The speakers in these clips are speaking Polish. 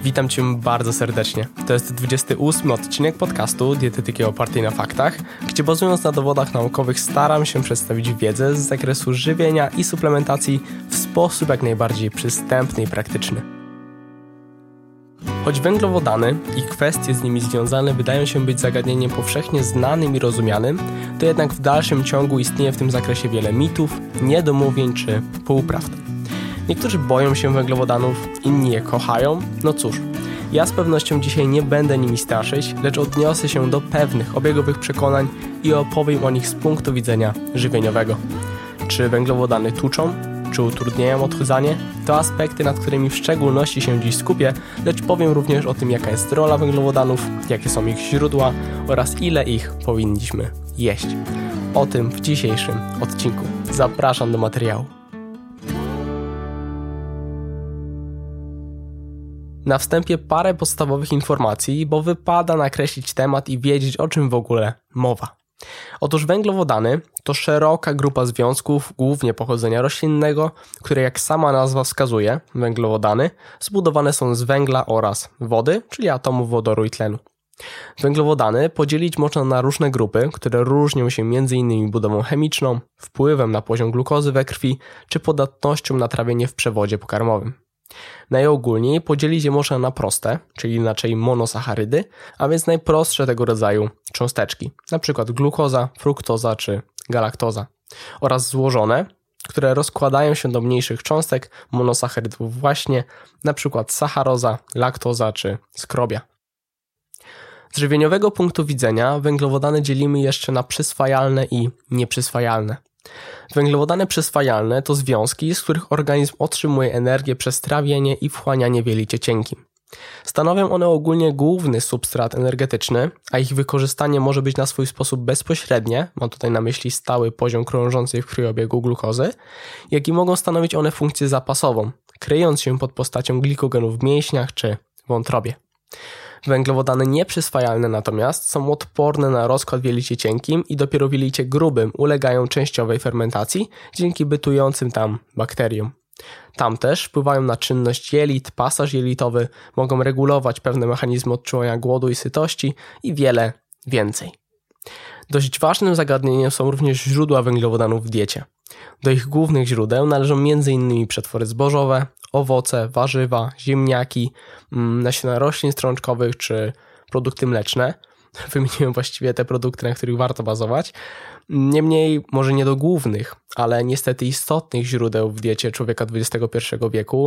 Witam Cię bardzo serdecznie. To jest 28 odcinek podcastu Dietetyki opartej na faktach, gdzie bazując na dowodach naukowych staram się przedstawić wiedzę z zakresu żywienia i suplementacji w sposób jak najbardziej przystępny i praktyczny. Choć węglowodany i kwestie z nimi związane wydają się być zagadnieniem powszechnie znanym i rozumianym, to jednak w dalszym ciągu istnieje w tym zakresie wiele mitów, niedomówień czy półprawd. Niektórzy boją się węglowodanów, inni je kochają. No cóż, ja z pewnością dzisiaj nie będę nimi straszyć, lecz odniosę się do pewnych obiegowych przekonań i opowiem o nich z punktu widzenia żywieniowego. Czy węglowodany tuczą? Czy utrudniają odchudzanie? To aspekty, nad którymi w szczególności się dziś skupię, lecz powiem również o tym, jaka jest rola węglowodanów, jakie są ich źródła oraz ile ich powinniśmy jeść. O tym w dzisiejszym odcinku. Zapraszam do materiału. Na wstępie parę podstawowych informacji, bo wypada nakreślić temat i wiedzieć, o czym w ogóle mowa. Otóż węglowodany to szeroka grupa związków, głównie pochodzenia roślinnego, które jak sama nazwa wskazuje, węglowodany, zbudowane są z węgla oraz wody, czyli atomów wodoru i tlenu. Węglowodany podzielić można na różne grupy, które różnią się m.in. budową chemiczną, wpływem na poziom glukozy we krwi czy podatnością na trawienie w przewodzie pokarmowym. Najogólniej podzielić je można na proste, czyli inaczej monosacharydy, a więc najprostsze tego rodzaju cząsteczki, np. glukoza, fruktoza czy galaktoza, oraz złożone, które rozkładają się do mniejszych cząstek monosacharydów właśnie, np. sacharoza, laktoza czy skrobia. Z żywieniowego punktu widzenia węglowodany dzielimy jeszcze na przyswajalne i nieprzyswajalne. Węglowodany przyswajalne to związki, z których organizm otrzymuje energię przez trawienie i wchłanianie w jelicie cienkim. Stanowią one ogólnie główny substrat energetyczny, a ich wykorzystanie może być na swój sposób bezpośrednie, mam tutaj na myśli stały poziom krążącej w krwiobiegu glukozy, jak i mogą stanowić one funkcję zapasową, kryjąc się pod postacią glikogenów w mięśniach czy wątrobie. Węglowodany nieprzyswajalne natomiast są odporne na rozkład w jelicie cienkim i dopiero w jelicie grubym ulegają częściowej fermentacji dzięki bytującym tam bakteriom. Tam też wpływają na czynność jelit, pasaż jelitowy, mogą regulować pewne mechanizmy odczuwania głodu i sytości i wiele więcej. Dość ważnym zagadnieniem są również źródła węglowodanów w diecie. Do ich głównych źródeł należą m.in. przetwory zbożowe, owoce, warzywa, ziemniaki, nasiona roślin strączkowych czy produkty mleczne. Wymieniłem właściwie te produkty, na których warto bazować. Niemniej, może nie do głównych, ale niestety istotnych źródeł w diecie człowieka XXI wieku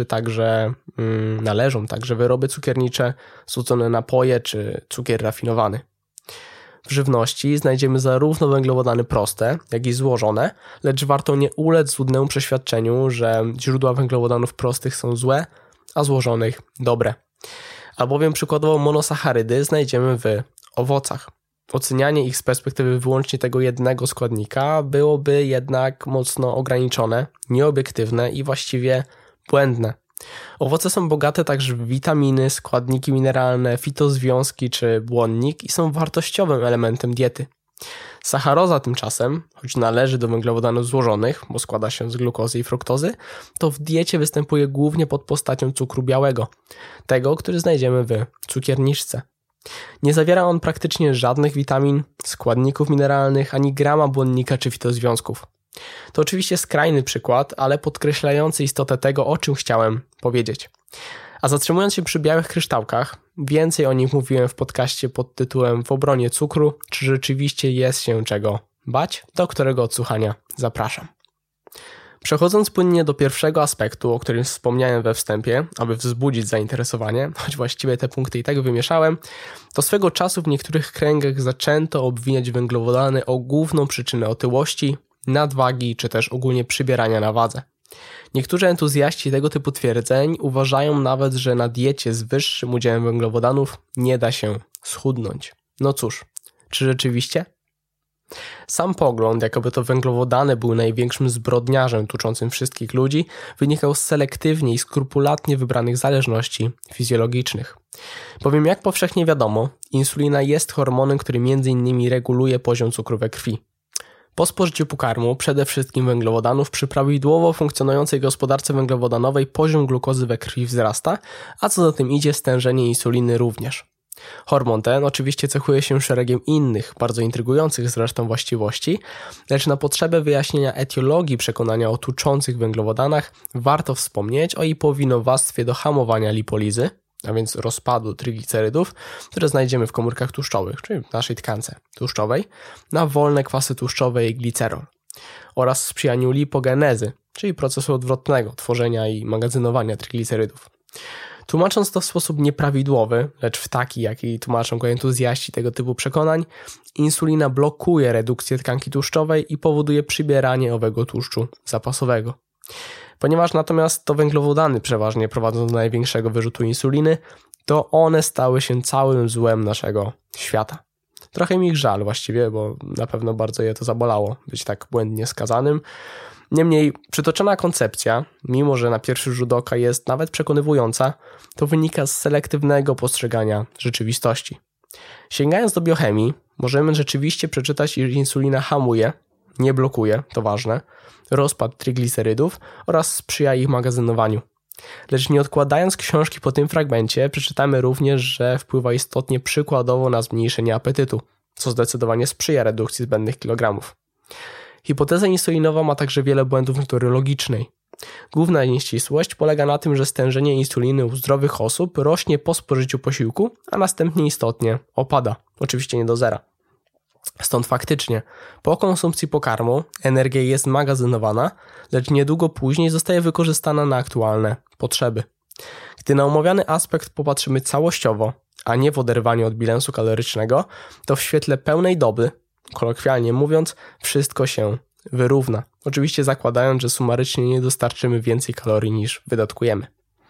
należą także wyroby cukiernicze, słodzone napoje czy cukier rafinowany. W żywności znajdziemy zarówno węglowodany proste, jak i złożone, lecz warto nie ulec złudnemu przeświadczeniu, że źródła węglowodanów prostych są złe, a złożonych dobre. Albowiem przykładowo monosacharydy znajdziemy w owocach. Ocenianie ich z perspektywy wyłącznie tego jednego składnika byłoby jednak mocno ograniczone, nieobiektywne i właściwie błędne. Owoce są bogate także w witaminy, składniki mineralne, fitozwiązki czy błonnik i są wartościowym elementem diety. Sacharoza tymczasem, choć należy do węglowodanów złożonych, bo składa się z glukozy i fruktozy, to w diecie występuje głównie pod postacią cukru białego, tego, który znajdziemy w cukierniczce. Nie zawiera on praktycznie żadnych witamin, składników mineralnych, ani grama błonnika czy fitozwiązków. To oczywiście skrajny przykład, ale podkreślający istotę tego, o czym chciałem powiedzieć. A zatrzymując się przy białych kryształkach, więcej o nich mówiłem w podcaście pod tytułem W obronie cukru, czy rzeczywiście jest się czego bać, do którego odsłuchania zapraszam. Przechodząc płynnie do pierwszego aspektu, o którym wspomniałem we wstępie, aby wzbudzić zainteresowanie, choć właściwie te punkty i tak wymieszałem, to swego czasu w niektórych kręgach zaczęto obwiniać węglowodany o główną przyczynę otyłości, nadwagi czy też ogólnie przybierania na wadze. Niektórzy entuzjaści tego typu twierdzeń uważają nawet, że na diecie z wyższym udziałem węglowodanów nie da się schudnąć. No cóż, czy rzeczywiście? Sam pogląd, jakoby to węglowodany były największym zbrodniarzem tuczącym wszystkich ludzi, wynikał z selektywnie i skrupulatnie wybranych zależności fizjologicznych. Bowiem jak powszechnie wiadomo, insulina jest hormonem, który m.in. reguluje poziom cukru we krwi. Po spożyciu pokarmu, przede wszystkim węglowodanów, przy prawidłowo funkcjonującej gospodarce węglowodanowej poziom glukozy we krwi wzrasta, a co za tym idzie stężenie insuliny również. Hormon ten oczywiście cechuje się szeregiem innych, bardzo intrygujących zresztą właściwości, lecz na potrzebę wyjaśnienia etiologii przekonania o tuczących węglowodanach warto wspomnieć o jej powinowactwie do hamowania lipolizy, a więc rozpadu triglicerydów, które znajdziemy w komórkach tłuszczowych, czyli w naszej tkance tłuszczowej, na wolne kwasy tłuszczowe i glicerol, oraz sprzyjaniu lipogenezy, czyli procesu odwrotnego tworzenia i magazynowania triglicerydów. Tłumacząc to w sposób nieprawidłowy, lecz w taki, jaki tłumaczą go entuzjaści tego typu przekonań, insulina blokuje redukcję tkanki tłuszczowej i powoduje przybieranie owego tłuszczu zapasowego. Ponieważ natomiast to węglowodany przeważnie prowadzą do największego wyrzutu insuliny, to one stały się całym złem naszego świata. Trochę mi ich żal właściwie, bo na pewno bardzo je to zabolało być tak błędnie skazanym. Niemniej przytoczona koncepcja, mimo że na pierwszy rzut oka jest nawet przekonywująca, to wynika z selektywnego postrzegania rzeczywistości. Sięgając do biochemii, możemy rzeczywiście przeczytać, iż insulina hamuje, nie blokuje, to ważne, rozpad triglicerydów oraz sprzyja ich magazynowaniu. Lecz nie odkładając książki po tym fragmencie, przeczytamy również, że wpływa istotnie przykładowo na zmniejszenie apetytu, co zdecydowanie sprzyja redukcji zbędnych kilogramów. Hipoteza insulinowa ma także wiele błędów natury logicznej. Główna nieścisłość polega na tym, że stężenie insuliny u zdrowych osób rośnie po spożyciu posiłku, a następnie istotnie opada. Oczywiście nie do zera. Stąd faktycznie po konsumpcji pokarmu energia jest magazynowana, lecz niedługo później zostaje wykorzystana na aktualne potrzeby. Gdy na omawiany aspekt popatrzymy całościowo, a nie w oderwaniu od bilansu kalorycznego, to w świetle pełnej doby, kolokwialnie mówiąc, wszystko się wyrówna. Oczywiście zakładając, że sumarycznie nie dostarczymy więcej kalorii niż wydatkujemy.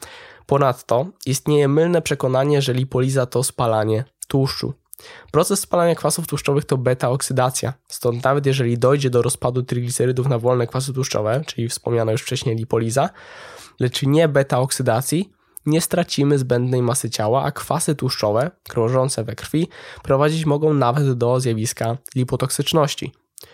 Ponadto istnieje mylne przekonanie, że lipoliza to spalanie tłuszczu. Proces spalania kwasów tłuszczowych to beta-oksydacja, stąd nawet jeżeli dojdzie do rozpadu triglicerydów na wolne kwasy tłuszczowe, czyli wspomniana już wcześniej lipoliza, lecz nie beta-oksydacji, nie stracimy zbędnej masy ciała, a kwasy tłuszczowe, krążące we krwi, prowadzić mogą nawet do zjawiska lipotoksyczności.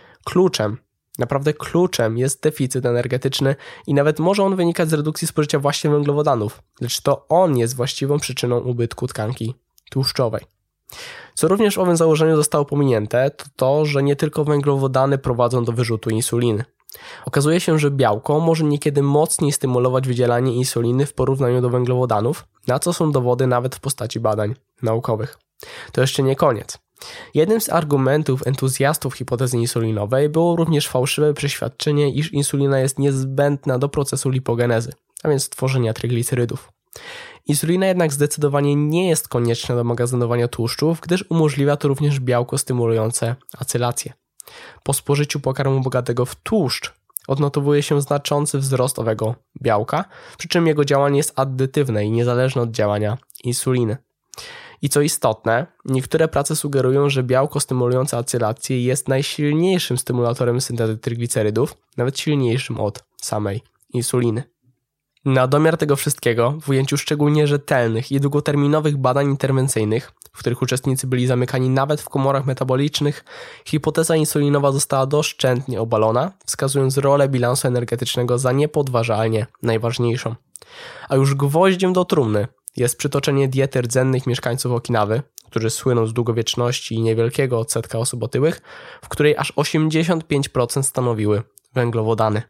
Naprawdę kluczem jest deficyt energetyczny i nawet może on wynikać z redukcji spożycia właśnie węglowodanów, lecz to on jest właściwą przyczyną ubytku tkanki tłuszczowej. Co również w owym założeniu zostało pominięte, to to, że nie tylko węglowodany prowadzą do wyrzutu insuliny. Okazuje się, że białko może niekiedy mocniej stymulować wydzielanie insuliny w porównaniu do węglowodanów, na co są dowody nawet w postaci badań naukowych. To jeszcze nie koniec. Jednym z argumentów entuzjastów hipotezy insulinowej było również fałszywe przeświadczenie, iż insulina jest niezbędna do procesu lipogenezy, a więc tworzenia triglicerydów. Insulina jednak zdecydowanie nie jest konieczna do magazynowania tłuszczów, gdyż umożliwia to również białko stymulujące acylację. Po spożyciu pokarmu bogatego w tłuszcz odnotowuje się znaczący wzrost owego białka, przy czym jego działanie jest addytywne i niezależne od działania insuliny. I co istotne, niektóre prace sugerują, że białko stymulujące acylację jest najsilniejszym stymulatorem syntezy triglicerydów, nawet silniejszym od samej insuliny. Na domiar tego wszystkiego, w ujęciu szczególnie rzetelnych i długoterminowych badań interwencyjnych, w których uczestnicy byli zamykani nawet w komorach metabolicznych, hipoteza insulinowa została doszczętnie obalona, wskazując rolę bilansu energetycznego za niepodważalnie najważniejszą. A już gwoździem do trumny jest przytoczenie diety rdzennych mieszkańców Okinawy, którzy słyną z długowieczności i niewielkiego odsetka osób otyłych, w której aż 85% stanowiły węglowodany.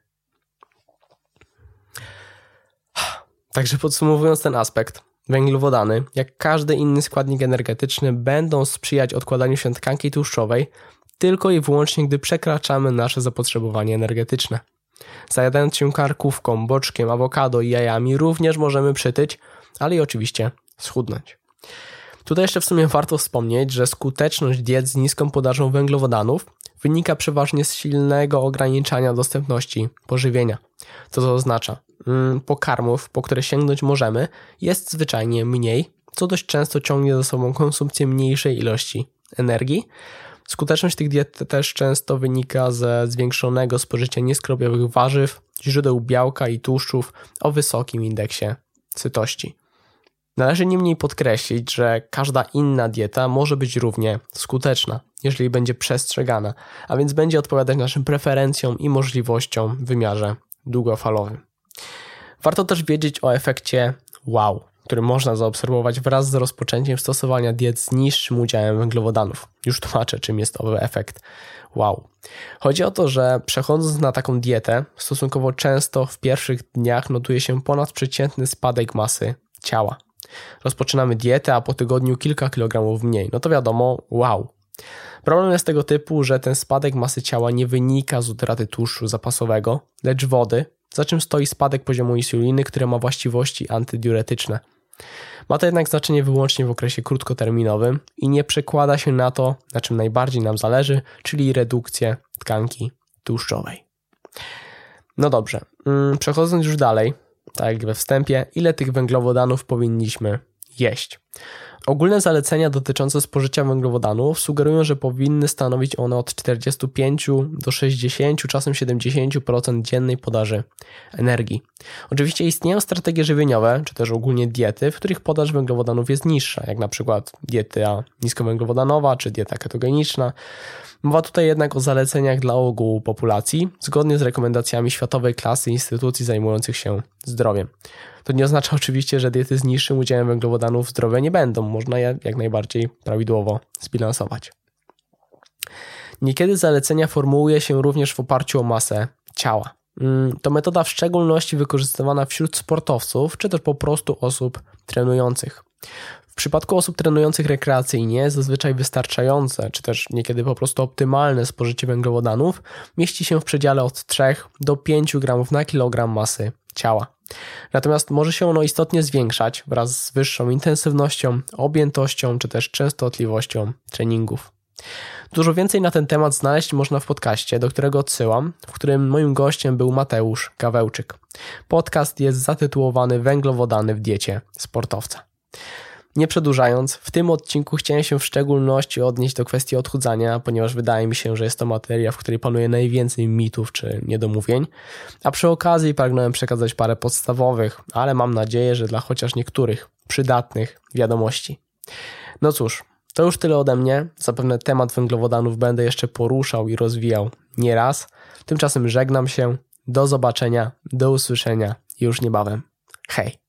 Także podsumowując ten aspekt, węglowodany, jak każdy inny składnik energetyczny, będą sprzyjać odkładaniu się tkanki tłuszczowej tylko i wyłącznie, gdy przekraczamy nasze zapotrzebowanie energetyczne. Zajadając się karkówką, boczkiem, awokado i jajami również możemy przytyć, ale i oczywiście schudnąć. Tutaj jeszcze w sumie warto wspomnieć, że skuteczność diet z niską podażą węglowodanów wynika przeważnie z silnego ograniczania dostępności pożywienia. Co to oznacza? Pokarmów, po które sięgnąć możemy, jest zwyczajnie mniej, co dość często ciągnie za sobą konsumpcję mniejszej ilości energii. Skuteczność tych diet też często wynika ze zwiększonego spożycia nieskrobiowych warzyw, źródeł białka i tłuszczów o wysokim indeksie sytości. Należy niemniej podkreślić, że każda inna dieta może być równie skuteczna, jeżeli będzie przestrzegana, a więc będzie odpowiadać naszym preferencjom i możliwościom w wymiarze długofalowym. Warto też wiedzieć o efekcie wow, który można zaobserwować wraz z rozpoczęciem stosowania diet z niższym udziałem węglowodanów. Już tłumaczę, czym jest owy efekt wow. Chodzi o to, że przechodząc na taką dietę, stosunkowo często w pierwszych dniach notuje się ponadprzeciętny spadek masy ciała. Rozpoczynamy dietę, a po tygodniu kilka kilogramów mniej. No to wiadomo, wow. Problem jest tego typu, że ten spadek masy ciała nie wynika z utraty tłuszczu zapasowego, lecz wody, za czym stoi spadek poziomu insuliny, który ma właściwości antydiuretyczne. Ma to jednak znaczenie wyłącznie w okresie krótkoterminowym i nie przekłada się na to, na czym najbardziej nam zależy, czyli redukcję tkanki tłuszczowej. No dobrze, przechodząc już dalej, tak jak we wstępie, ile tych węglowodanów powinniśmy jeść? Ogólne zalecenia dotyczące spożycia węglowodanów sugerują, że powinny stanowić one od 45 do 60, czasem 70% dziennej podaży energii. Oczywiście istnieją strategie żywieniowe, czy też ogólnie diety, w których podaż węglowodanów jest niższa, jak na przykład dieta niskowęglowodanowa, czy dieta ketogeniczna. Mowa tutaj jednak o zaleceniach dla ogółu populacji, zgodnie z rekomendacjami światowej klasy instytucji zajmujących się zdrowiem. To nie oznacza oczywiście, że diety z niższym udziałem węglowodanów zdrowe nie będą. Można je jak najbardziej prawidłowo zbilansować. Niekiedy zalecenia formułuje się również w oparciu o masę ciała. To metoda w szczególności wykorzystywana wśród sportowców, czy też po prostu osób trenujących. W przypadku osób trenujących rekreacyjnie zazwyczaj wystarczające, czy też niekiedy po prostu optymalne spożycie węglowodanów mieści się w przedziale od 3 do 5 gramów na kilogram masy ciała. Natomiast może się ono istotnie zwiększać wraz z wyższą intensywnością, objętością czy też częstotliwością treningów. Dużo więcej na ten temat znaleźć można w podcaście, do którego odsyłam, w którym moim gościem był Mateusz Gawełczyk. Podcast jest zatytułowany Węglowodany w diecie sportowca. Nie przedłużając, w tym odcinku chciałem się w szczególności odnieść do kwestii odchudzania, ponieważ wydaje mi się, że jest to materia, w której panuje najwięcej mitów czy niedomówień, a przy okazji pragnąłem przekazać parę podstawowych, ale mam nadzieję, że dla chociaż niektórych przydatnych wiadomości. No cóż, to już tyle ode mnie. Zapewne temat węglowodanów będę jeszcze poruszał i rozwijał nieraz. Tymczasem żegnam się. Do zobaczenia, do usłyszenia już niebawem. Hej!